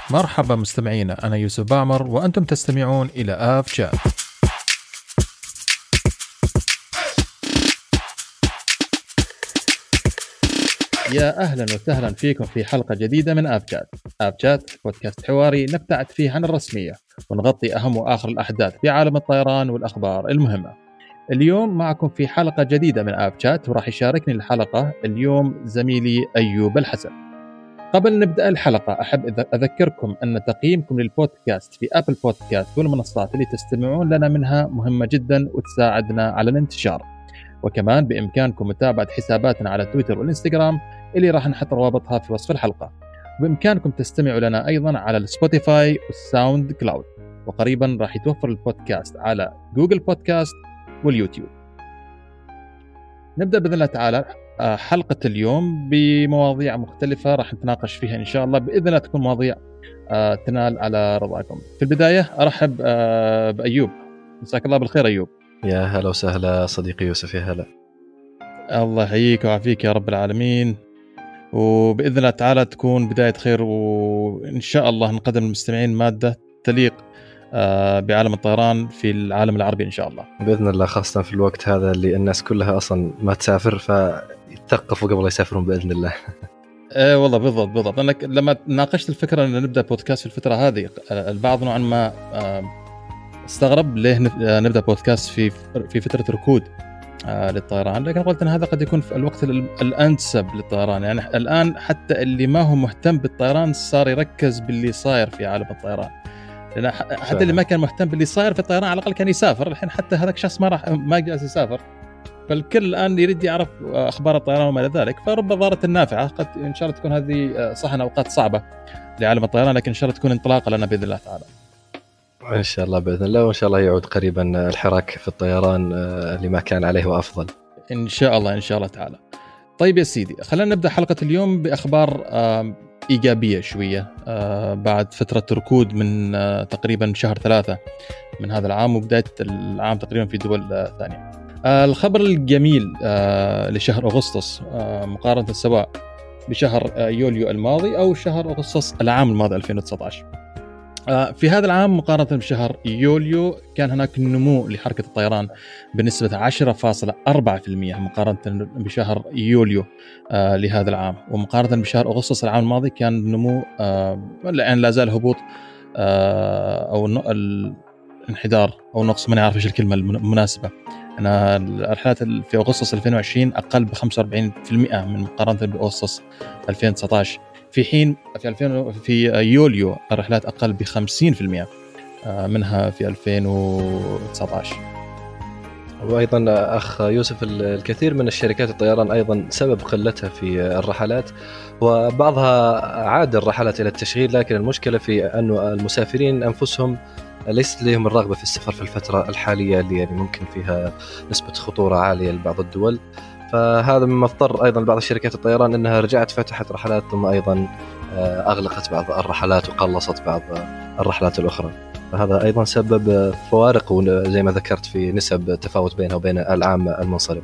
مرحبا مستمعينا، أنا يوسف باعمر وأنتم تستمعون إلى آف شات. يا أهلا وسهلا فيكم في حلقة جديدة من آف شات. آف شات بودكاست حواري نبتعد فيه عن الرسمية ونغطي أهم وآخر الأحداث في عالم الطيران والأخبار المهمة. اليوم معكم في حلقة جديدة من آف شات، وراح يشاركني الحلقة اليوم زميلي أيوب الحسن. قبل نبدأ الحلقة أحب أذكركم أن تقييمكم للبودكاست في أبل بودكاست والمنصات اللي تستمعون لنا منها مهمة جدا وتساعدنا على الانتشار. وكمان بإمكانكم متابعة حساباتنا على تويتر والإنستغرام اللي راح نحط روابطها في وصف الحلقة. وبإمكانكم تستمعوا لنا أيضا على السبوتيفاي والساوند كلاود، وقريبا راح يتوفر البودكاست على جوجل بودكاست واليوتيوب. نبدأ بإذن الله تعالى حلقة اليوم بمواضيع مختلفة راح نتناقش فيها إن شاء الله، بإذن الله تكون مواضيع تنال على رضاكم. في البداية أرحب بأيوب. مساك الله بالخير أيوب. يا هلا وسهلا صديقي يوسف. يا هلا، الله يحييك ويعافيك يا رب العالمين، وبإذن الله تعالى تكون بداية خير، وإن شاء الله نقدم للمستمعين مادة تليق بعالم الطيران في العالم العربي إن شاء الله بإذن الله، خاصة في الوقت هذا اللي الناس كلها أصلا ما تسافر، فيتثقفوا قبل يسافرون بإذن الله. والله بالضبط. أنا لما ناقشت الفكرة أن نبدأ بودكاست في الفترة هذه، البعض نوعا ما استغرب ليه نبدأ بودكاست في فترة ركود للطيران، لكن قلت أن هذا قد يكون في الوقت الأنسب للطيران. يعني الآن حتى اللي ما هو مهتم بالطيران صار يركز باللي صاير في عالم الطيران، لأن حتى اللي ما كان مهتم باللي صاير في الطيران على الأقل كان يسافر. الحين حتى هذاك الشخص ما جالس يسافر، فالكل الآن يريد يعرف أخبار الطيران وما إلى ذلك. فرب ضارة النافعة، قد إن شاء الله تكون هذه صحن أوقات صعبة لعالم الطيران، لكن إن شاء الله تكون انطلاقة لنا بإذن الله تعالى. إن شاء الله بإذن الله، وإن شاء الله يعود قريبا الحراك في الطيران اللي ما كان عليه وأفضل إن شاء الله تعالى. طيب يا سيدي، خلينا نبدأ حلقة اليوم بأخبار إيجابية شوية بعد فترة ركود من تقريبا شهر 3 من هذا العام وبداية العام تقريبا في دول ثانية. الخبر الجميل لشهر أغسطس مقارنة سواء بشهر يوليو الماضي أو شهر أغسطس العام الماضي 2019. في هذا العام مقارنة بشهر يوليو كان هناك نمو لحركة الطيران بنسبة 10.4% مقارنة بشهر يوليو لهذا العام، ومقارنة بشهر أغسطس العام الماضي كان نمو الآن لا زال هبوط أو الانحدار أو نقص، ما نعرف إيش الكلمة المناسبة. أنا الرحلات في أغسطس 2020 أقل ب45% من مقارنة بأغسطس 2019، في حين في يوليو الرحلات أقل ب50% منها في 2019. وأيضا أخ يوسف، الكثير من الشركات الطيران أيضا سبب قلتها في الرحلات، وبعضها عاد الرحلات إلى التشغيل، لكن المشكلة في أن المسافرين أنفسهم ليس لهم الرغبة في السفر في الفترة الحالية اللي يعني ممكن فيها نسبة خطورة عالية لبعض الدول. فهذا مما اضطر أيضا بعض الشركات الطيران أنها رجعت فتحت رحلات، ثم أيضا أغلقت بعض الرحلات وقلصت بعض الرحلات الأخرى. فهذا أيضا سبب فوارق زي ما ذكرت في نسب تفاوت بينها وبين العام المنصرم.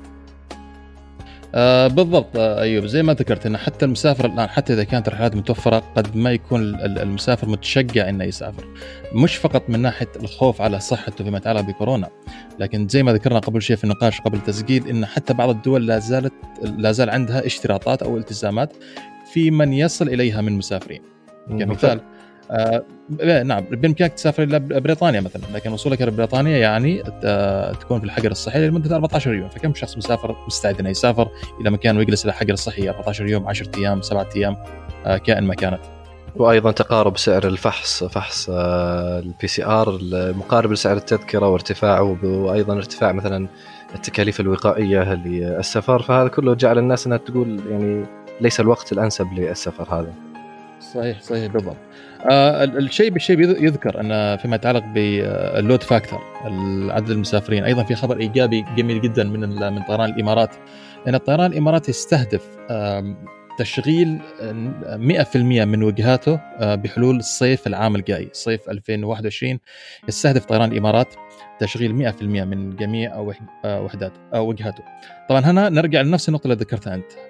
بالضبط أيوب، زي ما ذكرت أن حتى المسافر الآن حتى إذا كانت الرحلات متوفرة قد ما يكون المسافر متشجع إنه يسافر، مش فقط من ناحية الخوف على صحته فيما يتعلق بكورونا، لكن زي ما ذكرنا قبل شيء في النقاش قبل التسجيل إن حتى بعض الدول لا زال عندها اشتراطات أو التزامات في من يصل إليها من مسافرين. كمثال نعم بإمكانك تسافر إلى بريطانيا مثلا، لكن وصولك إلى بريطانيا يعني تكون في الحجر الصحي لمدة 14 يوم. فكم شخص مسافر مستعد أنه يسافر إلى مكان ويجلس إلى الحجر الصحي 14 يوم، 10 أيام، 7 أيام، كائن ما كانت. وأيضا تقارب سعر فحص الPCR مقارب لسعر التذكرة وارتفاعه، وأيضا ارتفاع مثلا التكاليف الوقائية للسفر. فهذا كله جعل الناس أنها تقول يعني ليس الوقت الأنسب للسفر هذا. صحيح بالضبط. الشيء بالشيء يذكر أن فيما يتعلق باللود فاكتور عدد المسافرين أيضا في خبر إيجابي جميل جدا من طيران الإمارات، أن الطيران الإماراتي يستهدف تشغيل 100% من وجهاته بحلول الصيف العام الجاي، صيف 2021 يستهدف طيران الإمارات تشغيل 100% من جميع وجهاته. طبعا هنا نرجع لنفس النقطة اللي ذكرتها أنت،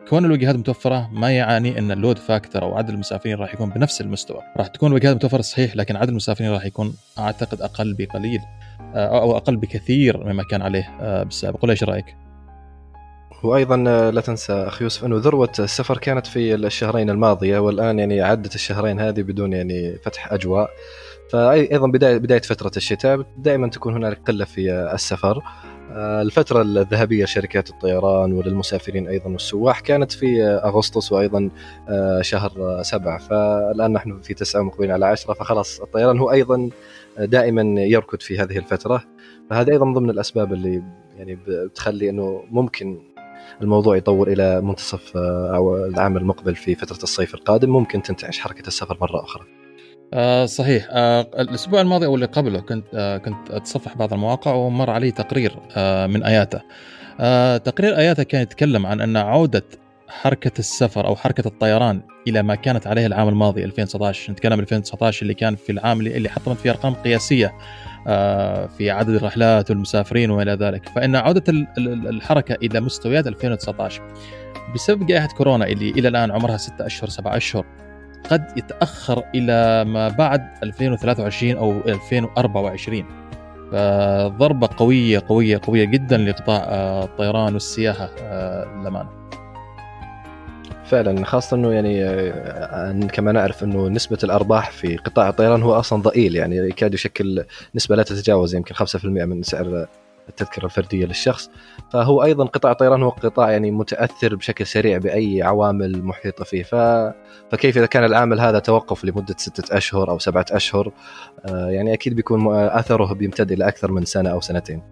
كون الوجهات متوفرة ما يعني أن اللود فاكتور أو عدد المسافرين راح يكون بنفس المستوى. راح تكون الوجهات متوفرة صحيح، لكن عدد المسافرين راح يكون أعتقد أقل بقليل أو أقل بكثير مما كان عليه بالسابق. ولا إيش رأيك؟ وأيضا لا تنسى أخي يوسف أنه ذروة السفر كانت في الشهرين الماضية، والآن يعني عدت الشهرين هذه بدون يعني فتح أجواء. فأيضا بداية فترة الشتاء دائما تكون هناك قلة في السفر. الفترة الذهبية لشركات الطيران وللمسافرين أيضا والسواح كانت في أغسطس وأيضا شهر 7. فالآن نحن في 9 مقبلين على 10، فخلاص الطيران هو أيضا دائما يركض في هذه الفترة. فهذا أيضا ضمن الأسباب اللي يعني بتخلي أنه ممكن الموضوع يطور إلى منتصف أو العام المقبل. في فترة الصيف القادم ممكن تنتعش حركة السفر مرة أخرى. صحيح. الأسبوع الماضي أو اللي قبله كنت أتصفح بعض المواقع ومر علي تقرير من آياتا. تقرير آياتا كان يتكلم عن أن عودة حركة السفر أو حركة الطيران إلى ما كانت عليه العام الماضي 2019. نتكلم 2019 اللي كان في العام اللي حطمت فيه أرقام قياسية في عدد الرحلات والمسافرين وإلى ذلك. فإن عودة الحركة إلى مستويات 2019 بسبب جائحة كورونا اللي إلى الآن عمرها 6 أشهر 7 أشهر قد يتأخر إلى ما بعد 2023 أو 2024. فضربة قوية قوية قوية جدا لقطاع الطيران والسياحة للأمانة. فعلا، خاصة أنه يعني كما نعرف أنه نسبة الأرباح في قطاع الطيران هو أصلا ضئيل، يعني يكاد يشكل نسبة لا تتجاوز يمكن 5% من سعر التذكرة الفردية للشخص. فهو أيضا قطاع الطيران هو قطاع يعني متأثر بشكل سريع بأي عوامل محيطة فيه. فكيف إذا كان العامل هذا توقف لمدة 6 أشهر أو 7 أشهر، يعني أكيد بيكون أثره بيمتد إلى أكثر من سنة أو سنتين.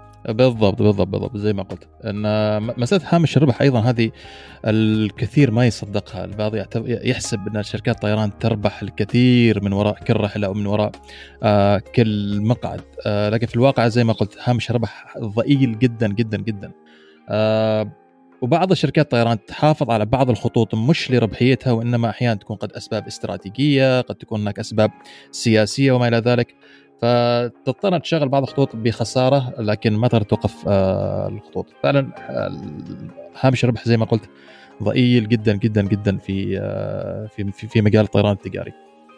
بالضبط زي ما قلت ان مساله هامش الربح ايضا هذه الكثير ما يصدقها. البعض يحسب ان شركات الطيران تربح الكثير من وراء كل رحله او من وراء كل مقعد، لكن في الواقع زي ما قلت هامش الربح ضئيل جدا جدا جدا. وبعض الشركات الطيران تحافظ على بعض الخطوط مش لربحيتها، وانما احيانا تكون قد اسباب استراتيجيه، قد تكون هناك اسباب سياسيه وما الى ذلك. فتضطر تشغل بعض الخطوط بخسارة، لكن ما تقدر توقف الخطوط. فعلا هامش الربح زي ما قلت ضئيل جدا جدا جدا في مجال الطيران التجاري.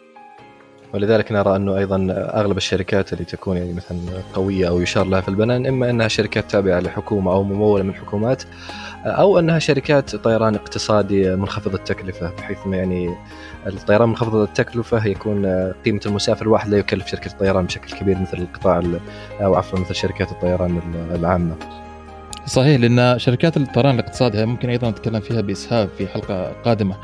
ولذلك نرى أنه أيضا أغلب الشركات اللي تكون يعني مثلا قوية أو يشار لها في البنان، إما أنها شركات تابعة لحكومة أو ممولة من حكومات، أو أنها شركات طيران اقتصادي منخفض التكلفة، بحيث ما يعني الطيران منخفض التكلفة يكون قيمة المسافر الواحد لا يكلف شركة الطيران بشكل كبير مثل القطاع أو عفوا مثل شركات الطيران العامة. صحيح، لأن شركات الطيران الاقتصادي ممكن أيضا نتكلم فيها بإسهاب في حلقة قادمة.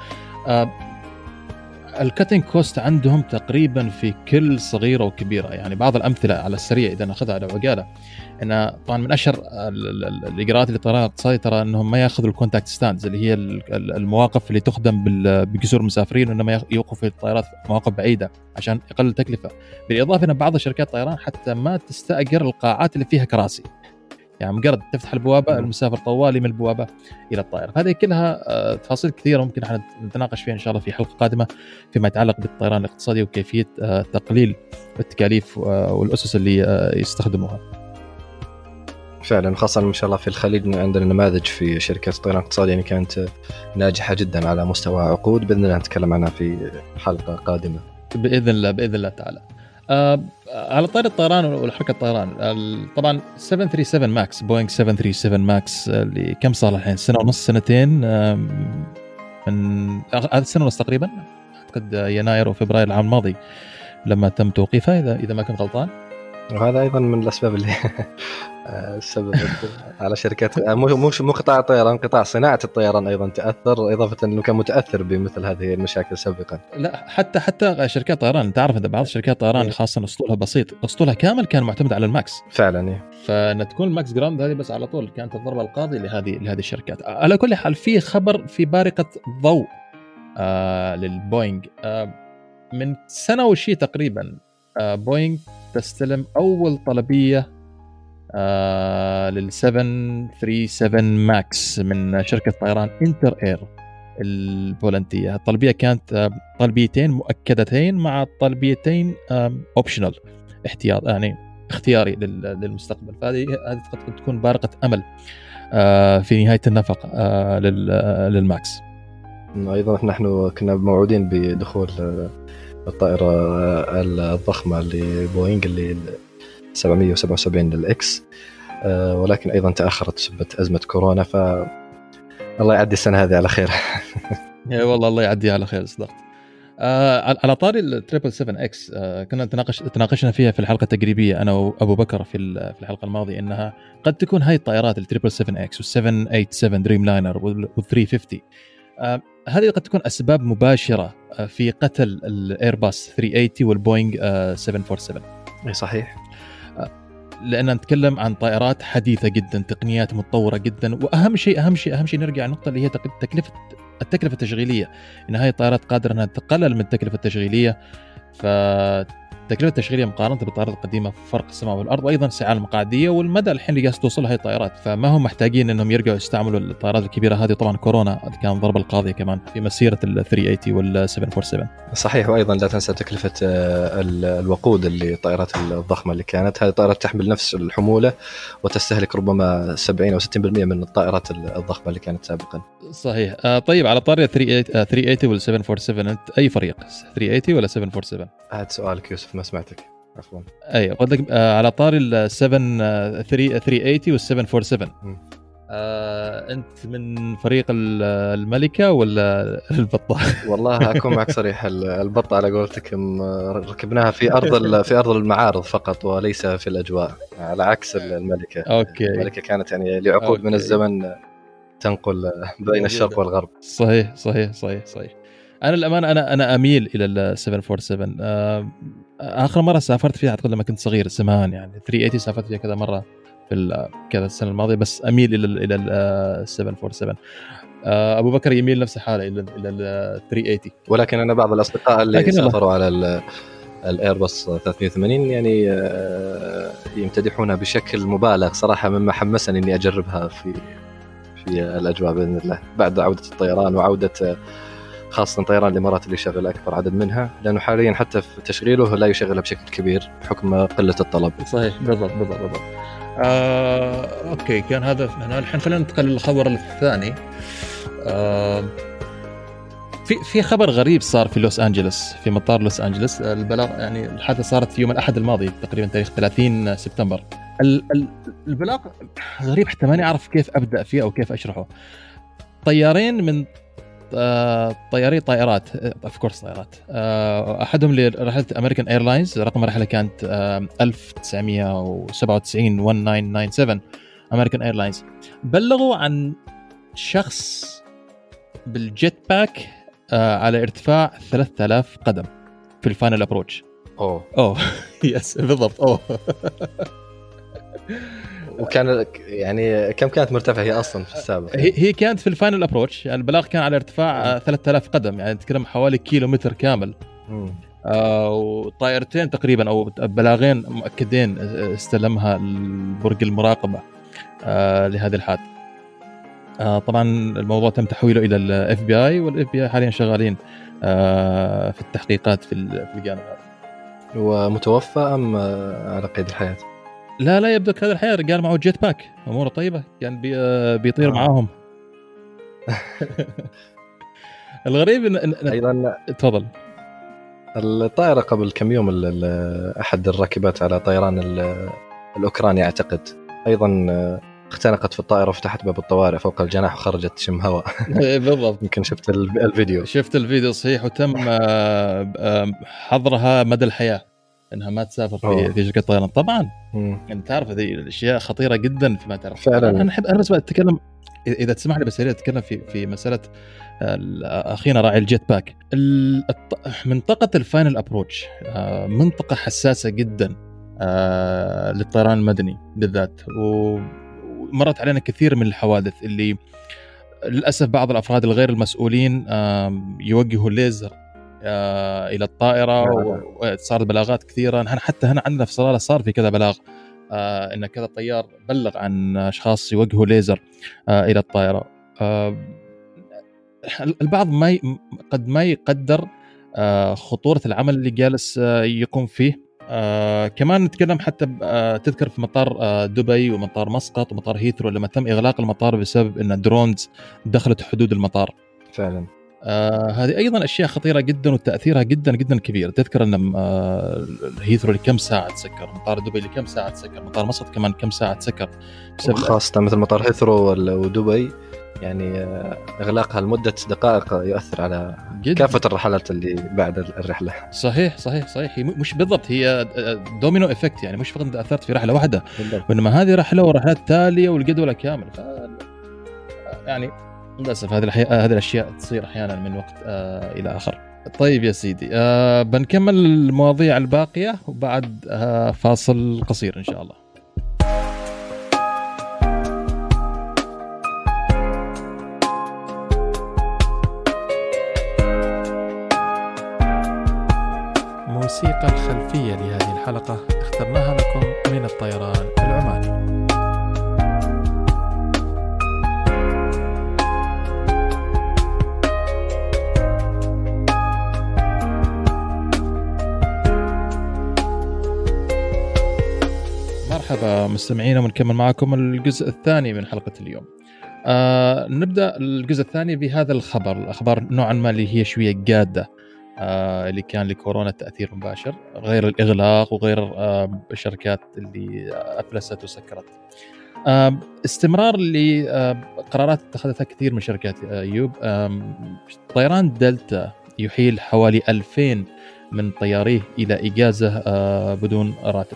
الكاتنج كوست عندهم تقريبا في كل صغيرة وكبيرة. يعني بعض الأمثلة على السريع إذا نأخذها على عجالة، إن طبعا من أشهر الإجراءات للطيران الاقتصادي ترى أنهم ما يأخذوا الكونتاكت ستاندز اللي هي المواقف اللي تخدم بجسور المسافرين، وإنما يوقفوا الطائرات في مواقف بعيدة عشان يقلل التكلفة. بالإضافة أن بعض شركات الطيران حتى ما تستأجر القاعات اللي فيها كراسي، يعني مجرد تفتح البوابة المسافر طوالي من البوابة إلى الطائرة. هذه كلها تفاصيل كثيرة ممكن احنا نتناقش فيها إن شاء الله في حلقة قادمة فيما يتعلق بالطيران الاقتصادي وكيفية تقليل التكاليف والأسس اللي يستخدموها. فعلا، خاصة إن شاء الله في الخليج عندنا نماذج في شركات الطيران الاقتصادي يعني كانت ناجحة جدا على مستوى عقود، بإذن الله نتكلم عنها في حلقة قادمة بإذن الله تعالى. على طار الطيران والحركة الطيران، طبعا 737 ماكس، بوينغ 737 ماكس اللي كم صار الحين؟ سنة ونص، سنتين، من هذا السنة ونص تقريبا، أعتقد يناير وفبراير العام الماضي لما تم توقيفها إذا ما كنت غلطان. وهذا أيضا من الأسباب اللي السبب على شركات مو قطاع الطيران، قطاع صناعة الطيران أيضا تأثر، إضافة أنه كان متأثر بمثل هذه المشاكل سابقا. لا، حتى شركات الطيران، أنت عارف أن بعض شركات الطيران خاصة أسطولها بسيط، أسطولها كامل كان معتمد على الماكس فعلا. فأن تكون الماكس جراند هذه بس على طول كانت الضربة القاضية لهذه الشركات. على كل حال في خبر في بارقة ضوء للبوينغ. من سنة وشي تقريبا بوينغ تستلم أول طلبية لل 737 ماكس من شركة طيران انتر اير البولندية. الطلبية كانت طلبيتين مؤكدتين مع طلبيتين اوبشنال، احتياط يعني اختياري للمستقبل. فهذه قد تكون بارقة أمل في نهاية النفق للماكس. أيضا نحن كنا موعودين بدخول الطائرة الضخمة لبوينغ اللي 777 للإكس، ولكن أيضا تأخرت بسبب أزمة كورونا، فالله يعدي السنة هذه على خير. يا والله الله يعديها على خير. صدقت. على طاري ال 777X كنا تناقشنا فيها في الحلقة التقريبية أنا وأبو بكر في الحلقة الماضية، إنها قد تكون هاي الطائرات ال 777X وال 787 دريم لاينر وال 350 هذه قد تكون أسباب مباشرة في قتل الإيرباص 380 والبوينغ 747. صحيح، لأن نتكلم عن طائرات حديثة جدا، تقنيات متطورة جدا، وأهم شيء نرجع النقطة اللي هي التكلفة التشغيلية، إن هاي الطائرات قادرة أنها تقلل من التكلفة التشغيلية. فالتكلفة التشغيلية مقارنة بالطائرات القديمة فرق السماء والأرض، وأيضا سعال المقعدية والمدى الحين اللي قاعد توصل هاي الطائرات، فما هم محتاجين أنهم يرجعوا يستعملوا الطائرات الكبيرة هذه. طبعا كورونا كان ضربة القاضية كمان في مسيرة ال 380 وال 747. صحيح، وأيضا لا تنسى تكلفة الوقود اللي الطائرات الضخمة اللي كانت، هذه الطائرات تحمل نفس الحمولة وتستهلك ربما 70 أو 60% من الطائرات الضخمة اللي كانت سابقا. صحيح. طيب على طاري 380 وال 747 أنت أي فريق، 380 ولا 747؟ هذا سؤالك يوسف، ما سمعتك عفوا. أي قلت لك على طاري ال 380 وال 747 أنت من فريق الملكة ولا البطة؟ والله أكون معك صريح، البطة على قولتك ركبناها في أرض المعارض فقط وليس في الأجواء، على عكس الملكة. أوكي. الملكة كانت يعني لعقود من الزمن تنقل بين الشرق والغرب. صحيح. أنا الأمانة أنا أميل إلى ال 747. آخر مرة سافرت فيها أعتقد لما كنت صغير زمان، يعني 380 سافرت فيها كذا مرة في كذا السنة الماضية، بس أميل إلى ال 747. أبو بكر يميل نفس حاله إلى ال 380. ولكن أنا بعض الأصدقاء اللي سافروا على الإيرباص 380 يعني يمتدحونها بشكل مبالغ صراحة، مما حمسني إني أجربها في الأجواء بإذن الله بعد عودة الطيران، وعودة خاصة طيران الإمارات اللي يشغل أكبر عدد منها، لأنه حاليا حتى في تشغيله لا يشغلها بشكل كبير بحكم قلة الطلب. صحيح، بالضبط. أوكي، كان هذا الحين. خلينا ننتقل للخبر الثاني. في خبر غريب صار في لوس أنجلوس، في مطار لوس أنجلوس. البلاغ يعني الحادثة صارت في يوم الأحد الماضي تقريبا تاريخ 30 سبتمبر. البلاغ غريب حتى ماني أعرف كيف أبدأ فيه أو كيف أشرحه. طيارين من طائرات طائرات أحدهم لرحلة أمريكان إيرلاينز، رقم الرحلة كانت 1997 1997 أمريكان إيرلاينز، بلغوا عن شخص بالجيت باك على ارتفاع 3000 قدم في الفاينل أبروتش. يس بالضبط. وكان يعني كم كانت مرتفعة هي أصلا في السابق؟ هي كانت في الفاينل أبروتش، يعني البلاغ كان على ارتفاع 3000 قدم، يعني نتكلم حوالي كيلومتر كامل. وطائرتين تقريبا أو بلاغين مؤكدين استلمها البرج المراقبة لهذه الحادث. طبعا الموضوع تم تحويله إلى ال FBI، وال FBI حاليا شغالين في التحقيقات في الجانب هذا. ومتوفى أم على قيد الحياة؟ لا يبدو هذا الحياة. رجال معه جيت باك، أموره طيبة، كان بيطير معاهم. الغريب إن أيضا تفضل. الطائرة قبل كم يوم أحد الراكبات على طيران الأوكراني أعتقد أيضا اختنقت في الطائرة وفتحت باب الطوارئ فوق الجناح وخرجت شم هواء. بالضبط. يمكن شفت الفيديو. شفت الفيديو صحيح، وتم حظرها مدى الحياة انها ما تسافر في شركة طيران. طبعا انت تعرف هذه الاشياء خطيرة جدا فيما تعرف. فعلا. انا بس اتكلم، اذا تسمح لي بس اتكلم في مسألة اخينا راعي الجيت باك. منطقة الفاينل ابروتش منطقة حساسة جدا للطيران المدني بالذات، ومرت علينا كثير من الحوادث اللي للأسف بعض الأفراد الغير المسؤولين يوجهوا الليزر إلى الطائرة، وصارت بلاغات كثيرة. حتى هنا عندنا في صلالة صار في كذا بلاغ إن كذا طيار بلغ عن أشخاص يوجهوا ليزر إلى الطائرة. البعض قد ما يقدر خطورة العمل اللي جالس يقوم فيه كمان نتكلم حتى تذكر في مطار دبي ومطار مسقط ومطار هيثرو لما تم إغلاق المطار بسبب أن الدرونز دخلت حدود المطار فعلا. هذه أيضا أشياء خطيرة جدا وتأثيرها جدا جدا كبير. تذكر أن هيثرو لكم ساعة تسكر، مطار دبي لكم ساعة تسكر، مطار مسقط كمان كم ساعة تسكر، خاصة مثل مطار هيثرو ودبي يعني إغلاقها لمدة دقائق يؤثر على كافة الرحلات اللي بعد الرحلة. صحيح. مش بالضبط، هي دومينو إفكت، يعني مش فقط أثرت في رحلة واحدة وإنما هذه رحلة ورحلات تالية والجدولة كامل. يعني للأسف هذه الأشياء تصير أحيانا من وقت إلى آخر. طيب يا سيدي، بنكمل المواضيع الباقية وبعد فاصل قصير إن شاء الله. الموسيقى الخلفية لهذه الحلقة اخترناها لكم من الطيران العماني. مرحبا مستمعينا، ونكمل معكم الجزء الثاني من حلقة اليوم. نبدأ الجزء الثاني بهذا الأخبار نوعا ما اللي هي شوية جادة، اللي كان لكورونا تأثير مباشر غير الإغلاق وغير الشركات اللي أفلست وسكرت. استمرار لقرارات اتخذتها كثير من شركات أيوب. طيران دلتا يحيل حوالي 2000 من طياريه إلى إجازة بدون راتب.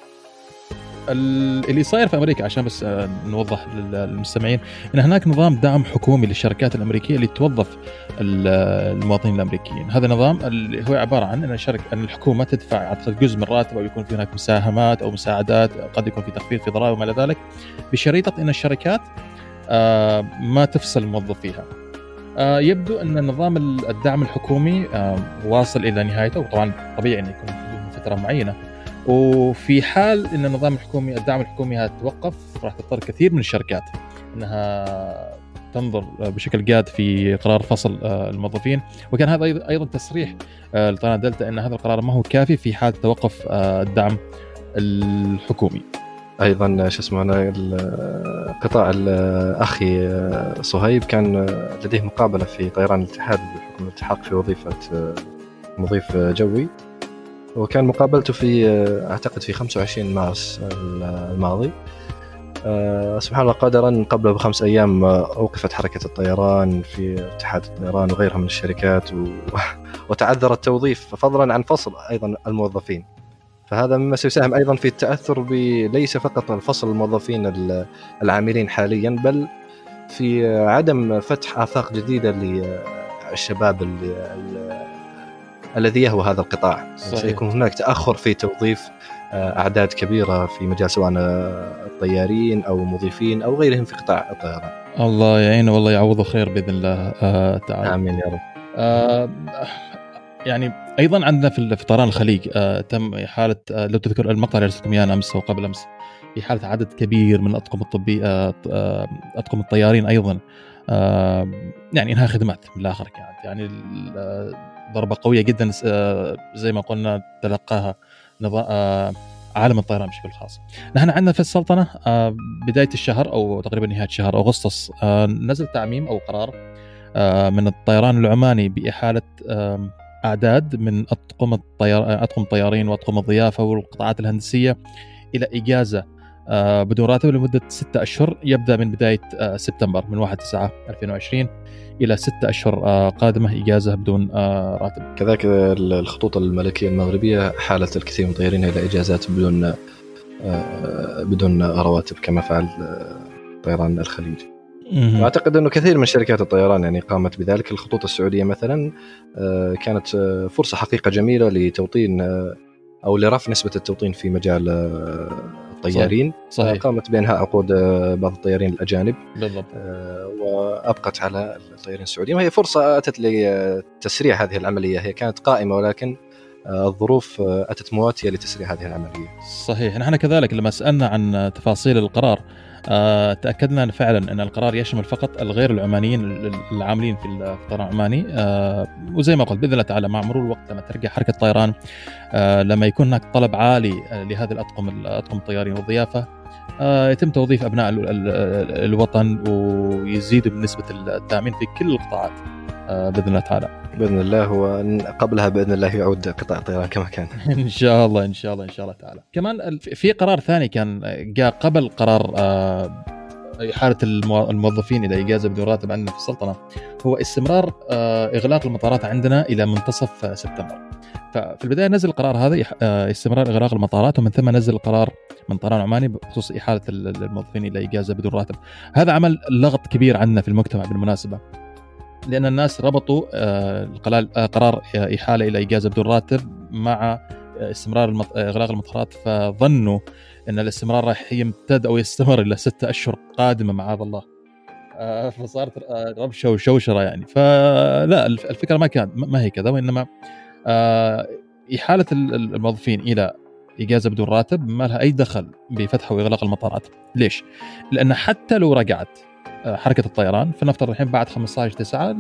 اللي صاير في أمريكا عشان بس نوضح للمستمعين إن هناك نظام دعم حكومي للشركات الأمريكية اللي توظف المواطنين الأمريكيين. هذا النظام اللي هو عبارة عن أن الحكومة تدفع أعتقد جزء من الراتب أو يكون في هناك مساهمات أو مساعدات، قد يكون في تخفيض في ضرائب وما إلى ذلك، بشريطة أن الشركات ما تفصل موظفيها. يبدو أن نظام الدعم الحكومي واصل إلى نهايته، وطبعا طبيعي أن يكون فترة معينة، وفي حال ان النظام الحكومي الدعم الحكومي هتوقف راح تضطر كثير من الشركات انها تنظر بشكل جاد في قرار فصل الموظفين. وكان هذا ايضا تصريح لطيران دلتا ان هذا القرار ما هو كافي في حال توقف الدعم الحكومي. ايضا شو اسمه القطاع الاخي صهيب كان لديه مقابله في طيران الاتحاد بحكم الالتحاق في وظيفه مضيف جوي، وكان مقابلته في أعتقد في 25 مارس الماضي. سبحان الله قدرا قبل ب5 أيام أوقفت حركة الطيران في اتحاد الطيران وغيرها من الشركات وتعذر التوظيف فضلا عن فصل أيضا الموظفين. فهذا مما سيساهم أيضا في التأثر ليس فقط الفصل الموظفين العاملين حاليا، بل في عدم فتح آفاق جديدة للشباب الذي يهوى هذا القطاع. سيكون هناك تأخر في توظيف أعداد كبيرة في مجال سواء الطيارين أو مضيفين أو غيرهم في قطاع الطيران. الله يعينه والله يعوضه خير بإذن الله تعالى. آمين يا رب. يعني أيضا عندنا في طيران الخليج تم حالة، لو تذكر المقطع اللي رسلتكم إياه أمس وقبل أمس، في حالة عدد كبير من أطقم الطبية أطقم الطيارين أيضا يعني إنها خدمات من الآخر كانت يعني ضربة قوية جدا زي ما قلنا تلقاها عالم الطيران بشكل خاص. نحن عندنا في السلطنة بداية الشهر أو تقريبا نهاية شهر أغسطس نزل تعميم أو قرار من الطيران العماني بإحالة أعداد من أطقم الطيارين وأطقم الضيافة والقطاعات الهندسية إلى إجازة بدون راتب لمدة 6 أشهر، يبدأ من بداية سبتمبر من 1/9/2020 إلى 6 أشهر قادمة إجازة بدون راتب. كذلك الخطوط الملكية المغربية حالت الكثير من الطيارين إلى إجازات بدون رواتب كما فعل طيران الخليج. وأعتقد أنه كثير من شركات الطيران يعني قامت بذلك. الخطوط السعودية مثلا كانت فرصة حقيقة جميلة لتوطين أو لرفع نسبة التوطين في مجال الطيارين. صحيح. قامت بإنهاء عقود بعض الطيارين الأجانب بالضبط، وأبقت على الطيارين السعوديين، وهي فرصة أتت لتسريع هذه العملية. هي كانت قائمة ولكن الظروف أتت مواتية لتسريع هذه العملية. صحيح. نحن كذلك لما سألنا عن تفاصيل القرار تأكدنا فعلا أن القرار يشمل فقط الغير العمانيين العاملين في الطيران العماني. وزي ما قلت بإذن الله تعالى مع مرور الوقت لما ترجع حركة الطيران، لما يكون هناك طلب عالي لهذه الأطقم الطيارين والضيافة، يتم توظيف أبناء الوطن ويزيدوا من نسبة التأمين في كل القطاعات بإذن الله تعالى. بإذن الله، وقبلها بإذن الله يعود قطاع الطيران كما كان. إن شاء الله إن شاء الله إن شاء الله تعالى. كمان في قرار ثاني كان جاء قبل قرار إحالة الموظفين إلى إجازة بدون راتب عندنا في السلطنة، هو استمرار إغلاق المطارات عندنا إلى منتصف سبتمبر. ففي البداية نزل القرار هذا استمرار إغلاق المطارات، ومن ثم نزل القرار من طيران عماني بخصوص إحالة الموظفين إلى إجازة بدون راتب. هذا عمل لغط كبير عندنا في المجتمع بالمناسبة، لأن الناس ربطوا قرار إحالة إلى إجازة بدون راتب مع استمرار إغلاق المطارات، فظنوا أن الاستمرار راح يمتد أو يستمر إلى 6 أشهر قادمة معاذ الله. فصارت ربشة وشوشرة يعني. فلا، الفكرة ما هي كذا، وإنما إحالة الموظفين إلى إجازة بدون راتب ما لها أي دخل بفتح وإغلاق المطارات. ليش؟ لأن حتى لو رجعت حركة الطيران، فنفترض الحين بعد 15/9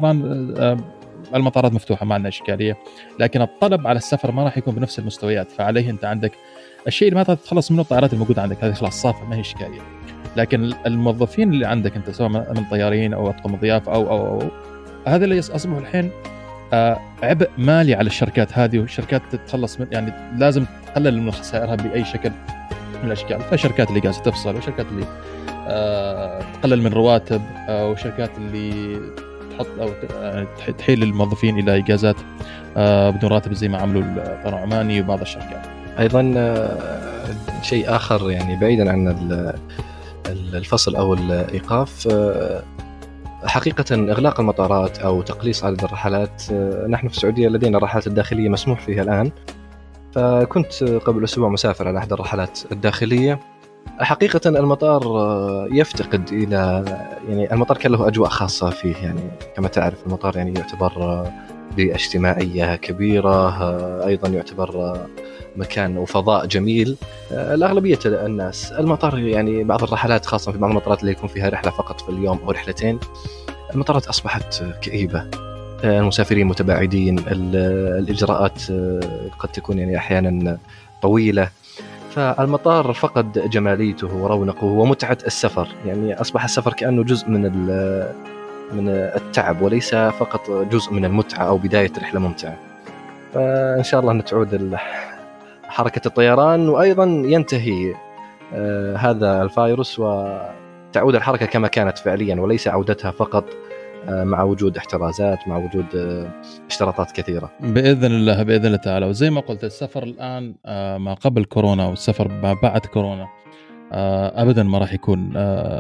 المطارات مفتوحة، ما عندنا إشكالية، لكن الطلب على السفر ما راح يكون بنفس المستويات. فعليه أنت عندك الشيء اللي ما تتخلص منه الطائرات الموجودة عندك، هذه خلاص صافة ما هي إشكالية. لكن الموظفين اللي عندك أنت سواء من طيارين أو أطقم ضيافة أو هذا اللي أصبحوا الحين عبء مالي على الشركات هذه، والشركات تتخلص من يعني لازم تقلل من خسائرها بأي شكل من الأشكال. فشركات اللي قاعدة تفصل، وشركات اللي تقلل من رواتب، وشركات اللي تحط أو تحيل الموظفين إلى إجازات بدون راتب زي ما عملوا الطيران العماني وبعض الشركات. أيضا شيء آخر يعني بعيدا عن الفصل أو الإيقاف، حقيقة إغلاق المطارات أو تقليص عدد الرحلات، نحن في السعودية لدينا الرحلات الداخلية مسموح فيها الآن. فكنت قبل أسبوع مسافر على أحد الرحلات الداخلية. حقيقة المطار يفتقد إلى يعني المطار كان له أجواء خاصة فيه، يعني كما تعرف المطار يعني يعتبر بيئة اجتماعية كبيرة، أيضا يعتبر مكان وفضاء جميل لأغلبية الناس. المطار يعني بعض الرحلات خاصة في بعض المطارات اللي يكون فيها رحلة فقط في اليوم أو رحلتين، المطارات أصبحت كئيبة، المسافرين متباعدين، الإجراءات قد تكون يعني أحيانا طويلة، فالمطار فقد جماليته ورونقه ومتعة السفر. يعني أصبح السفر كأنه جزء من التعب وليس فقط جزء من المتعة أو بداية رحلة ممتعة. فإن شاء الله نتعود حركة الطيران، وأيضا ينتهي هذا الفيروس وتعود الحركة كما كانت فعليا، وليس عودتها فقط مع وجود احترازات، مع وجود اشتراطات كثيرة بإذن الله بإذن الله تعالى. وزي ما قلت السفر الآن ما قبل كورونا والسفر ما بعد كورونا أبدا ما راح يكون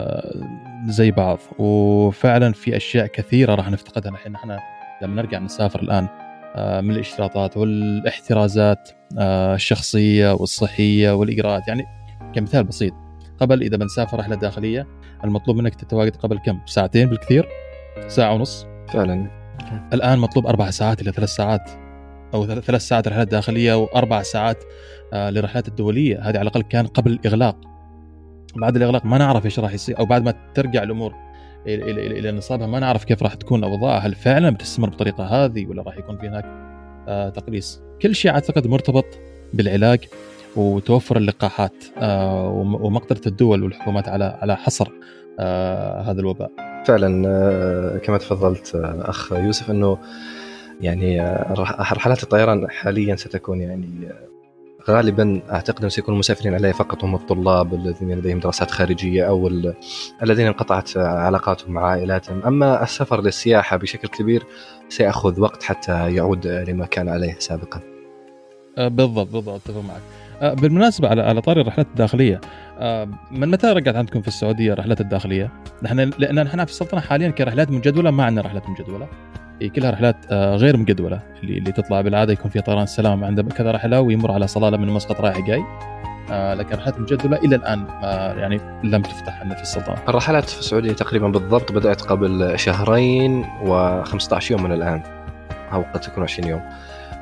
زي بعض، وفعلا في أشياء كثيرة راح نفتقدها الحين نحن لما نرجع نسافر الآن، من الاشتراطات والاحترازات الشخصية والصحية والإجراءات. يعني كمثال بسيط، قبل إذا بنسافر رحلة داخلية المطلوب منك تتواجد قبل كم؟ ساعتين بالكثير، ساعة ونص فعلا. الآن مطلوب 4 ساعات إلى 3 ساعات، أو 3 ساعات رحلات داخلية و4 ساعات للرحلات الدولية. هذه على الأقل كان قبل الإغلاق. بعد الإغلاق ما نعرف إيش راح يصير، أو بعد ما ترجع الأمور إلى نصابها ما نعرف كيف راح تكون الأوضاع، هل فعلا بتستمر بالطريقة هذه ولا راح يكون في هناك تقليص. كل شيء أعتقد مرتبط بالعلاج وتوفر اللقاحات ومقدرة الدول والحكومات على حصر هذا الوباء. فعلا كما تفضلت أخ يوسف أنه يعني رحلات الطيران حاليا ستكون يعني غالبا أعتقد أن سيكون المسافرين عليه فقط هم الطلاب الذين لديهم دراسات خارجية أو الذين انقطعت علاقاتهم مع عائلاتهم. أما السفر للسياحة بشكل كبير سيأخذ وقت حتى يعود لما كان عليه سابقا. بالضبط أتفق معك. بالمناسبة على طاري الرحلات الداخلية، من متى رجعت عندكم في السعودية رحلات الداخلية؟ لأن نحن في السلطنة حاليا كرحلات مجدولة ما عندنا رحلات مجدولة، هي كلها رحلات غير مجدولة اللي تطلع بالعادة يكون فيها طيران السلام عنده كذا رحلة ويمر على صلالة من مسقط رايح جاي. لكن رحلات مجدولة إلى الآن يعني لم تفتح عندنا في السلطنة. الرحلات في السعودية تقريبا بالضبط بدأت قبل 2 شهر و15 يوم من الآن، أو قد تكون 20 يوم.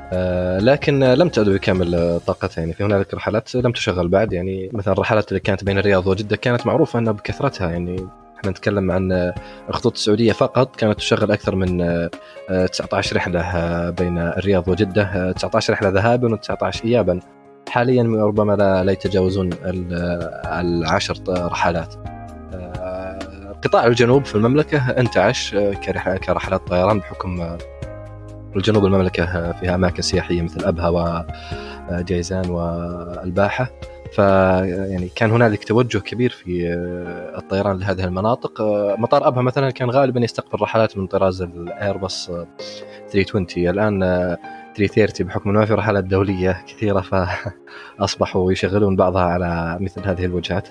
لكن لم تعد بكامل طاقتها. يعني في هنالك رحلات لم تشغل بعد، يعني مثلا الرحلات اللي كانت بين الرياض وجدة كانت معروفة أنها بكثرتها. يعني احنا نتكلم عن الخطوط السعودية فقط كانت تشغل أكثر من 19 رحلة بين الرياض وجدة، 19 رحلة ذهابا و19 إيابا. حاليا ربما لا يتجاوزون 10 رحلات. قطاع الجنوب في المملكة انتعش كرحلات طيران بحكم الجنوب المملكة فيها أماكن سياحية مثل أبها وجيزان والباحة، فيعني كان هنالك توجه كبير في الطيران لهذه المناطق. مطار أبها مثلا كان غالبا يستقبل رحلات من طراز الإيرباص 320. الآن 330 بحكم أنه في رحلات دولية كثيرة فأصبحوا يشغلون بعضها على مثل هذه الوجهات.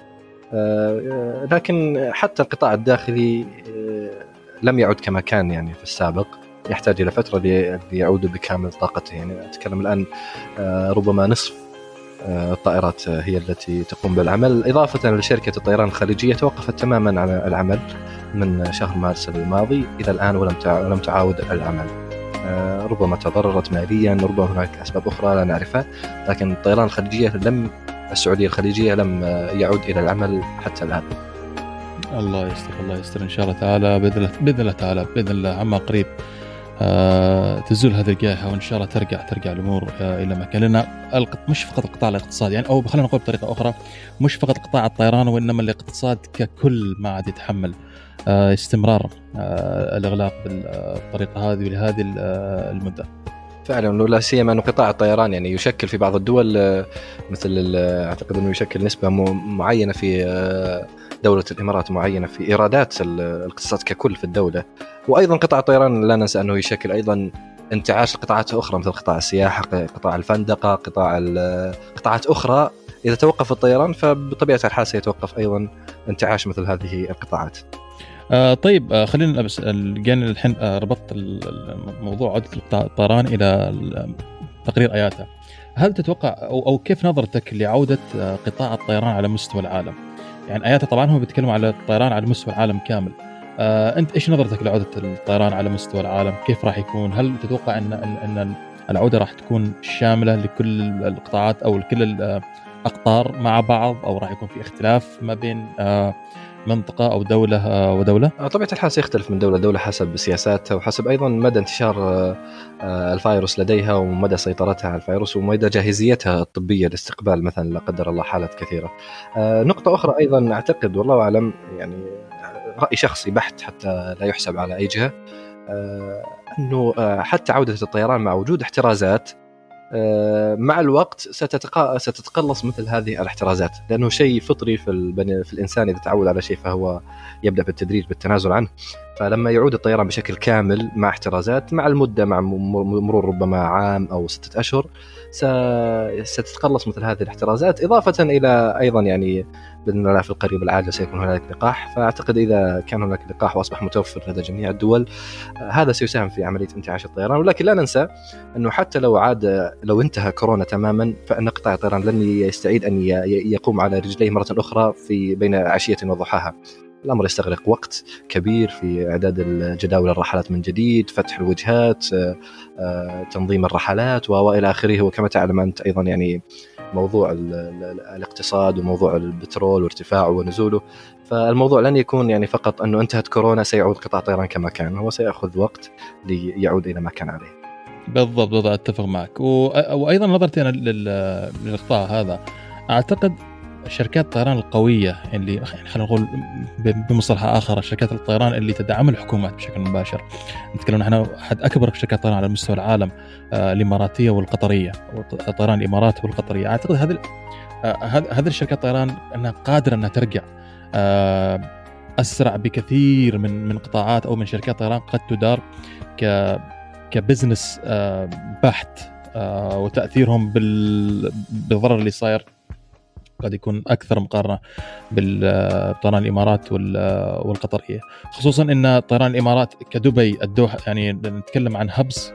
لكن حتى القطاع الداخلي لم يعد كما كان يعني في السابق، يحتاج إلى فترة ليعود بكامل طاقته. يعني أتكلم الآن ربما نصف الطائرات هي التي تقوم بالعمل، إضافة لشركة الطيران الخليجية توقفت تماما عن العمل من شهر مارس الماضي إلى الآن ولم تعاود العمل. ربما تضررت ماليا، ربما هناك أسباب أخرى لا نعرفها، لكن الطيران السعودية الخليجية لم يعود إلى العمل حتى الآن. الله يستر إن شاء الله تعالى، بإذن الله تعالى، بإذن الله عما قريب تزول هذه الجائحة وإن شاء الله ترجع الأمور إلى مكان. لأن مش فقط القطاع الاقتصادي يعني، أو خلينا نقول بطريقة أخرى، مش فقط قطاع الطيران وإنما الاقتصاد ككل ما عاد يتحمل استمرار الإغلاق بالطريقة هذه ولهذه المدة. فعلا، ولا سيما أنه قطاع الطيران يعني يشكل في بعض الدول مثل أعتقد أنه يشكل نسبة معينة في دولة الإمارات، معينة في إيرادات الاقتصاد ككل في الدولة. وأيضا قطاع الطيران لا ننسى أنه يشكل أيضا انتعاش القطاعات الأخرى مثل قطاع السياحة، قطاع الفندقة، قطاعات أخرى. إذا توقف الطيران فبطبيعة الحال سيتوقف أيضا انتعاش مثل هذه القطاعات. طيب خلينا بس جينا الحين ربطت الموضوع عودة الطيران إلى تقرير آياتا. هل تتوقع أو كيف نظرتك لعودة قطاع الطيران على مستوى العالم؟ يعني آياتا طبعا هم بيتكلموا على الطيران على مستوى العالم كامل. أنت إيش نظرتك لعودة الطيران على مستوى العالم؟ كيف راح يكون؟ هل تتوقع أن العودة راح تكون شاملة لكل القطاعات أو لكل الأقطار مع بعض، أو راح يكون في اختلاف ما بين منطقة أو دولة ودولة؟ طبيعة الحال سيختلف من دولة لدولة حسب سياساتها وحسب أيضا مدى انتشار الفيروس لديها ومدى سيطرتها على الفيروس ومدى جاهزيتها الطبية لاستقبال مثلا لا قدر الله حالات كثيرة. نقطة أخرى أيضا أعتقد والله أعلم، يعني رأي شخصي بحت حتى لا يحسب على أي جهة، أنه حتى عودة الطيران مع وجود احترازات مع الوقت ستتقلص مثل هذه الاحترازات، لأنه شيء فطري في الإنسان. إذا تعود على شيء فهو يبدأ بالتدريج بالتنازل عنه. فلما يعود الطيران بشكل كامل مع احترازات مع المدة، مع مرور ربما عام أو 6 أشهر، ستتقلص مثل هذه الاحترازات. إضافة إلى أيضا يعني بإذن الله في القريب العاجل سيكون هناك لقاح. فأعتقد إذا كان هناك لقاح وأصبح متوفر لدى جميع الدول، هذا سيساهم في عملية انتعاش الطيران. ولكن لا ننسى أنه حتى لو انتهى كورونا تماما، فإن قطاع الطيران لن يستعيد أن يقوم على رجليه مرة أخرى في بين عشية وضحاها. الأمر يستغرق وقت كبير في إعداد الجداول الرحلات من جديد، فتح الوجهات، تنظيم الرحلات وإلى آخره. وكما تعلم أنت أيضا يعني موضوع الاقتصاد وموضوع البترول وارتفاعه ونزوله، فالموضوع لن يكون يعني فقط أنه انتهت كورونا سيعود قطاع الطيران كما كان، هو سيأخذ وقت ليعود إلى ما كان عليه. بالضبط أتفق معك. وأيضا نظرتي أنا للقطاع هذا، أعتقد شركات الطيران القوية اللي خلينا نقول بمصطلح آخر شركات الطيران اللي تدعم الحكومات بشكل مباشر، نتكلم نحن أحد أكبر شركات الطيران على مستوى العالم، الإماراتية والقطرية، طيران الإمارات والقطرية. أعتقد هذه الشركات الطيران أنها قادرة أنها ترجع أسرع بكثير من قطاعات أو من شركات طيران قد تدار كبزنس بحت، وتأثيرهم بالضرر اللي صاير قد يكون أكثر مقارنة بالطيران الإمارات والقطرية، خصوصا أن طيران الإمارات كدبي الدوحة، يعني نتكلم عن هبز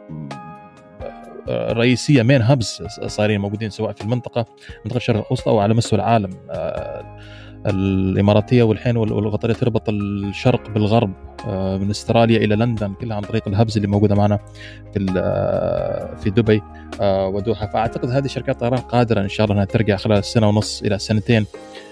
رئيسية، مين هبز صايرين موجودين سواء في منطقة الشرق الأوسط أو على مستوى العالم. الإماراتية والحين والقطرية تربط الشرق بالغرب من استراليا إلى لندن، كلها عن طريق الهبز اللي موجودة معنا في دبي ودوحة. فأعتقد هذه شركات طيران قادرة إن شاء الله أنها ترجع خلال سنة ونص إلى سنتين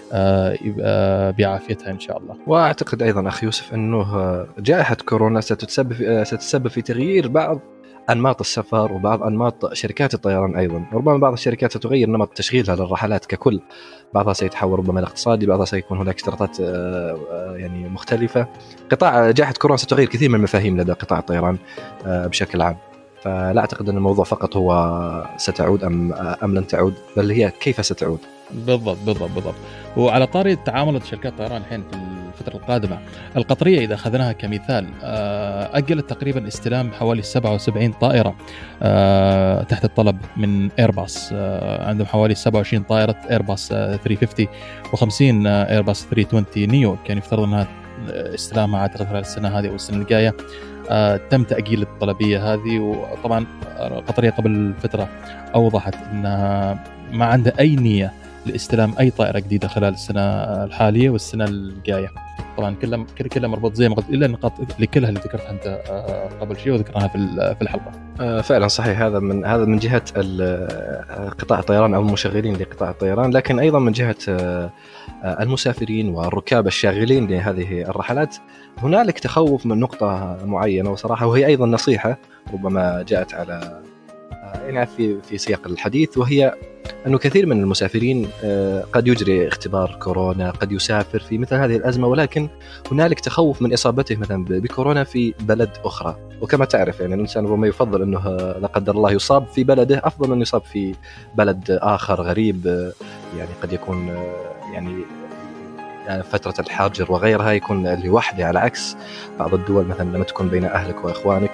بعافيتها إن شاء الله. وأعتقد أيضا أخي يوسف أنه جائحة كورونا ستتسبب في تغيير بعض أنماط السفر وبعض أنماط شركات الطيران أيضا. ربما بعض الشركات ستغير نمط تشغيلها للرحلات ككل، بعضها سيتحول ربما الاقتصادي، بعضها سيكون هناك اشتراطات يعني مختلفة. جائحة كورونا ستغير كثير من المفاهيم لدى قطاع الطيران بشكل عام. فلا أعتقد أن الموضوع فقط هو ستعود أم لن تعود، بل هي كيف ستعود. بالضبط. وعلى طاري تعاملت شركات الطيران الحين في الفترة القادمة، القطرية إذا أخذناها كمثال أجلت تقريبا استلام حوالي 77 طائرة تحت الطلب من إيرباص. عندهم حوالي 27 طائرة إيرباص 350 و50 إيرباص 320 نيو، كان يفترض أنها استلامها أعتقد خلال السنة هذه أو السنة الجاية. تم تأجيل الطلبية هذه. وطبعا قطرية قبل فترة أوضحت أنها ما عندها أي نية لاستلام أي طائرة جديدة خلال السنة الحالية والسنة الجاية. طبعا كلها مربوط زي ما قلت، إلا النقاط لكلها اللي ذكرتها أنت قبل شيء وذكرناها في الحلقة. فعلا صحيح. هذا من جهة قطاع الطيران أو المشغلين لقطاع الطيران، لكن أيضا من جهة المسافرين والركاب الشاغلين لهذه الرحلات هنالك تخوف من نقطة معينة وصراحة، وهي أيضا نصيحة ربما جاءت على يعني في سياق الحديث، وهي أنه كثير من المسافرين قد يجري اختبار كورونا، قد يسافر في مثل هذه الأزمة، ولكن هنالك تخوف من إصابته مثلا بكورونا في بلد أخرى. وكما تعرف يعني الإنسان ربما يفضل أنه لا قدر الله يصاب في بلده أفضل من يصاب في بلد آخر غريب، يعني قد يكون يعني فترة الحاجر وغيرها يكون لوحده، على عكس بعض الدول مثلا لما تكون بين أهلك وإخوانك.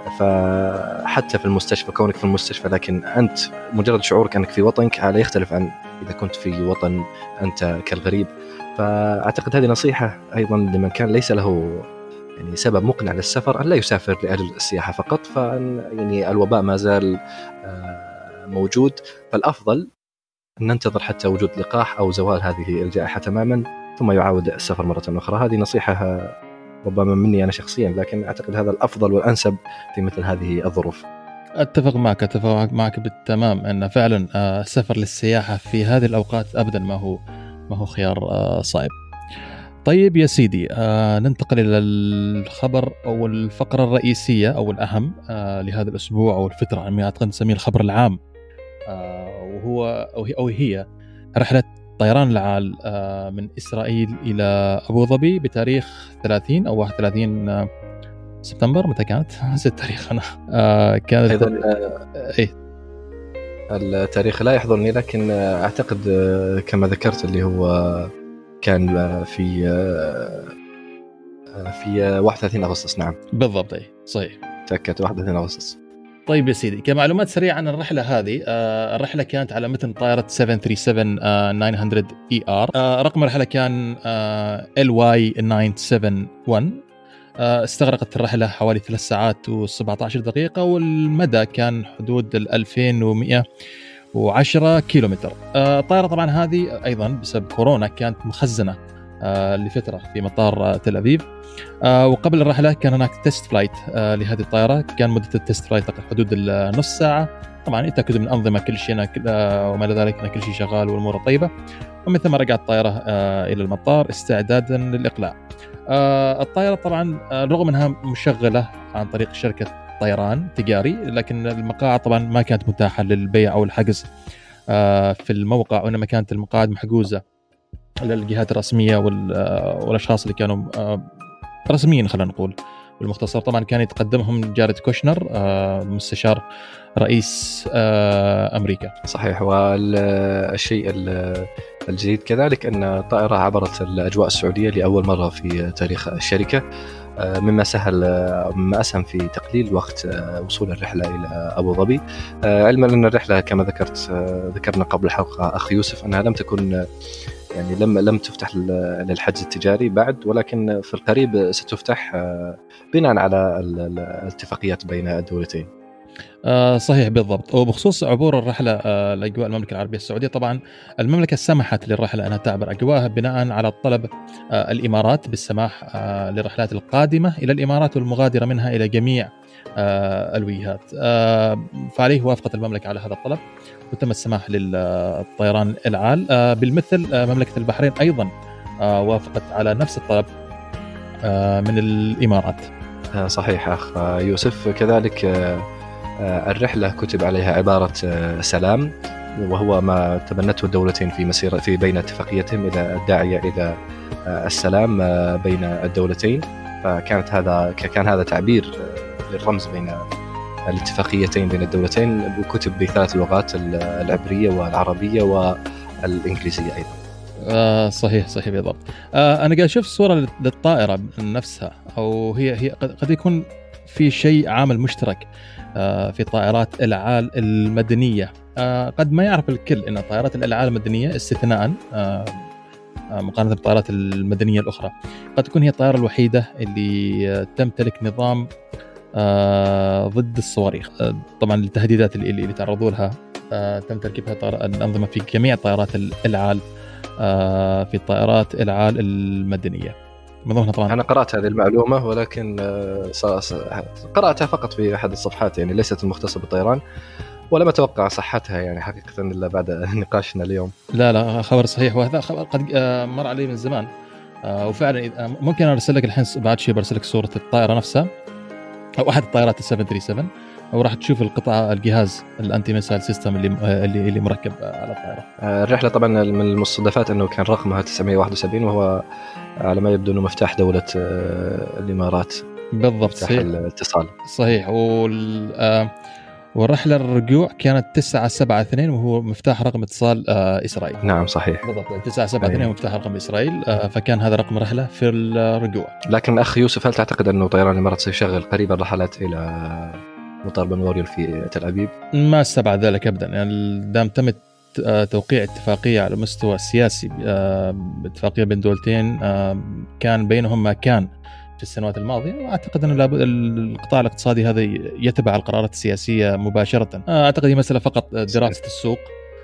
فحتى في المستشفى، كونك في المستشفى لكن أنت مجرد شعورك أنك في وطنك، هذا يختلف عن إذا كنت في وطن أنت كالغريب. فأعتقد هذه نصيحة أيضا لمن كان ليس له يعني سبب مقنع للسفر أن لا يسافر لأجل السياحة فقط، فأن يعني الوباء ما زال موجود، فالأفضل أن ننتظر حتى وجود لقاح أو زوال هذه الجائحة تماما ثم يعاود السفر مرة أخرى. هذه نصيحة ربما مني أنا شخصيا، لكن أعتقد هذا الأفضل والأنسب في مثل هذه الظروف. أتفق معك بالتمام أن فعلا السفر للسياحة في هذه الأوقات أبدا ما هو خيار صعب. طيب يا سيدي، ننتقل إلى الخبر أو الفقرة الرئيسية أو الأهم لهذا الأسبوع أو الفترة، يعني أعتقد نسميه الخبر العام، وهي رحلة طيران العال من إسرائيل إلى أبو ظبي بتاريخ 30 أو 31 سبتمبر. متى كانت؟ نسيت التاريخ أنا. كانت أيضا التاريخ لا يحضرني، لكن أعتقد كما ذكرت اللي هو كان في 31 أغسطس. نعم بالضبط، أي صحيح، تأكدت 31 أغسطس. طيب يا سيدي، كمعلومات سريعة عن الرحلة هذه، الرحلة كانت على متن طائرة 737-900 ER. رقم الرحلة كان LY971. استغرقت الرحلة حوالي 3 ساعات و17 دقيقة، والمدى كان حدود 2110 كيلومتر. الطائرة طبعا هذه أيضا بسبب كورونا كانت مخزنة لفترة في مطار تل أبيب. وقبل الرحلة كان هناك تيست فلايت لهذه الطائرة، كان مدة التيست فلايت حدود النص ساعة. طبعا يتأكدوا من الأنظمة كل شيء وما لذلك أن كل شيء شغال والأمور طيبة. ومن ثم رجعت الطائرة إلى المطار استعدادا للإقلاع. الطائرة طبعا رغم أنها مشغلة عن طريق شركة طيران تجاري، لكن المقاعد طبعا ما كانت متاحة للبيع أو الحجز في الموقع، وإنما كانت المقاعد محجوزة للجهات الرسمية والأشخاص اللي كانوا رسميين خلينا نقول بالمختصر. طبعا كان يتقدمهم جاريد كوشنر مستشار رئيس أمريكا. صحيح. والشيء الجديد كذلك أن الطائرة عبرت الأجواء السعودية لأول مرة في تاريخ الشركة، مما أسهم في تقليل وقت وصول الرحلة إلى أبو ظبي. علما أن الرحلة كما ذكرنا قبل الحلقة أخي يوسف أنها لم تكن يعني لم تفتح للحجز التجاري بعد، ولكن في القريب ستفتح بناء على الاتفاقيات بين الدولتين. صحيح بالضبط. وبخصوص عبور الرحلة لأجواء المملكة العربية السعودية، طبعا المملكة سمحت للرحلة أنها تعبر أجواءها بناء على طلب الإمارات بالسماح للرحلات القادمة إلى الإمارات والمغادرة منها إلى جميع الوجهات. فعليه وافقت المملكة على هذا الطلب وتم السماح للطيران العال. بالمثل مملكة البحرين أيضا وافقت على نفس الطلب من الإمارات. صحيح أخ يوسف. كذلك الرحلة كتب عليها عبارة سلام، وهو ما تبنته الدولتين في مسيرة في بين اتفاقيتهم إلى الداعية إلى السلام بين الدولتين. كان هذا تعبير للرمز بين الاتفاقيتين بين الدولتين، وكتب ب3 لغات: العبرية والعربية والإنجليزية أيضا. صحيح بالضبط. أنا قاعد أشوف صورة للطائرة نفسها، أو هي قد يكون في شيء عامل مشترك في طائرات العال المدنية. قد ما يعرف الكل أن طائرات العال المدنية استثناء مقارنة بالطائرات المدنية الأخرى قد تكون هي الطائرة الوحيدة اللي تمتلك نظام ضد الصواريخ. طبعا التهديدات اللي تعرضوا لها تم تركيبها الأنظمة في جميع طائرات العال في الطائرات العال المدنية. طبعا أنا قرأت هذه المعلومة، ولكن قرأتها فقط في أحد الصفحات، يعني ليست المختصة بالطيران، ولم أتوقع صحتها يعني حقيقة إلا بعد نقاشنا اليوم. لا خبر صحيح، وهذا خبر قد مر علي من زمان. وفعلا ممكن أرسل لك الحين بعد شيء، برسل لك صورة الطائرة نفسها أو أحد الطائرات 737، وراح تشوف القطعة الجهاز الأنتي ميسايل سيستم اللي مركب على الطائرة. الرحلة طبعا من المصادفات أنه كان رقمها 971، وهو على ما يبدو أنه مفتاح دولة الإمارات. بالضبط، مفتاح الاتصال. صحيح. والرحلة الرجوع كانت 972، وهو مفتاح رقم اتصال إسرائيل. نعم صحيح بالضبط، 972 مفتاح رقم إسرائيل. فكان هذا رقم رحلة في الرجوع. لكن أخ يوسف، هل تعتقد أنه طيران الإمارات سيشغل قريبا رحلات إلى مطار بن غوريون في تل أبيب؟ ما استبعد ذلك أبدا، يعني دام تم توقيع اتفاقية على المستوى السياسي، اتفاقية بين دولتين كان بينهم ما كان في السنوات الماضية، وأعتقد أن القطاع الاقتصادي هذا يتبع القرارات السياسية مباشرة. أعتقد هي مسألة فقط دراسة السوق،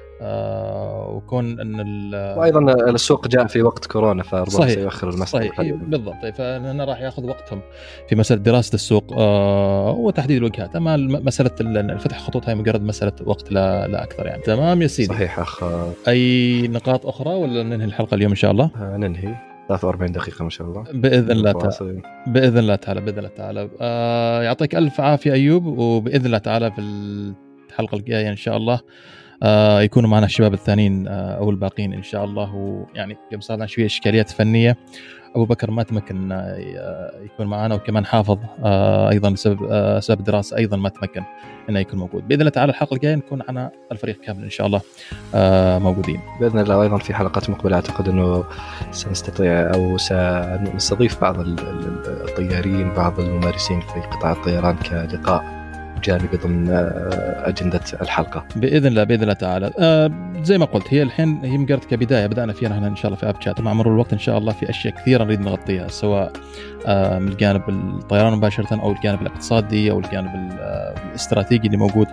وكون أن وأيضا السوق جاء في وقت كورونا، فربما سيؤخر المسألة. صحيح بالضبط. فأنا راح يأخذ وقتهم في مسألة دراسة السوق وتحديد الوجهات. أما مسألة الفتح خطوط هاي مجرد مسألة وقت لا أكثر يعني. تمام يا سيدي. صحيح أخ. أي نقاط أخرى ولا ننهي الحلقة اليوم إن شاء الله؟ ننهي 43 دقيقة إن شاء الله بإذن الله تعالى. يعطيك ألف عافية أيوب، وبإذن الله تعالى في الحلقة الجاية إن شاء الله يكونوا معنا الشباب الثانيين أو الباقين إن شاء الله. ويعني صار لنا شوية إشكاليات فنية، أبو بكر ما تمكن يكون معنا، وكمان حافظ أيضا بسبب الدراسة أيضا ما تمكن إنه يكون موجود. بإذن الله تعالى الحلقة الجاية نكون معنا الفريق كامل إن شاء الله موجودين بإذن الله. وأيضا في حلقات مقبلة أعتقد أنه سنستطيع أو سنستضيف بعض الطيارين، بعض الممارسين في قطاع الطيران كلقاء جانبي ضمن أجندة الحلقة بإذن الله تعالى. زي ما قلت، هي الحين هي مجرد كبداية بدأنا فيها هنا إن شاء الله في أب شات. مع مرور الوقت إن شاء الله في أشياء كثيرة نريد نغطيها، سواء من الجانب الطيران مباشرة أو الجانب الاقتصادي أو الجانب الاستراتيجي اللي موجود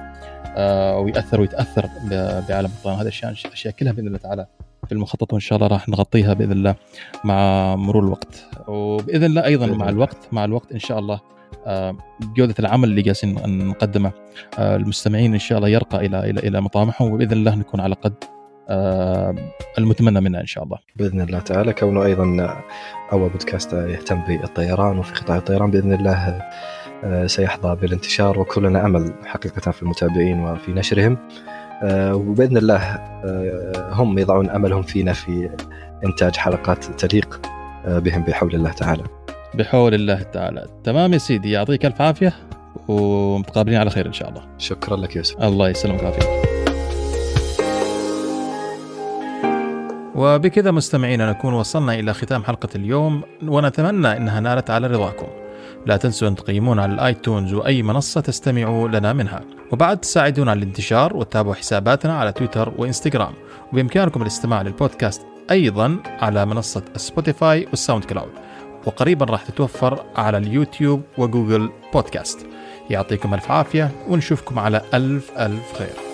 ويتأثر بعالم الطيران. هذا أشياء كلها بإذن الله تعالى في المخطط، وإن شاء الله راح نغطيها بإذن الله مع مرور الوقت. وبإذن الله أيضا مع الوقت إن شاء الله جودة العمل اللي جالسين نقدمه المستمعين إن شاء الله يرقى إلى مطامحهم، وبإذن الله نكون على قد المتمنى منها إن شاء الله بإذن الله تعالى. كونه أيضا أول بودكاست يهتم بالطيران وفي قطاع الطيران بإذن الله سيحظى بالانتشار، وكلنا أمل حقيقة في المتابعين وفي نشرهم، وبإذن الله هم يضعون أملهم فينا في إنتاج حلقات تليق بهم بحول الله تعالى. تمام يا سيدي، يعطيك ألف عافية، ومتقابلين على خير إن شاء الله. شكرا لك يوسف. الله يسلمك عافية. وبكذا مستمعينا نكون وصلنا إلى ختام حلقة اليوم، ونتمنى أنها نالت على رضاكم. لا تنسوا أن تقيمونا على الآيتونز وأي منصة تستمعوا لنا منها، وبعد تساعدونا على الانتشار وتتابعوا حساباتنا على تويتر وإنستغرام. وبإمكانكم الاستماع للبودكاست أيضا على منصة سبوتيفاي والساوند كلاود، وقريبا راح تتوفر على اليوتيوب وجوجل بودكاست. يعطيكم ألف عافية ونشوفكم على ألف خير.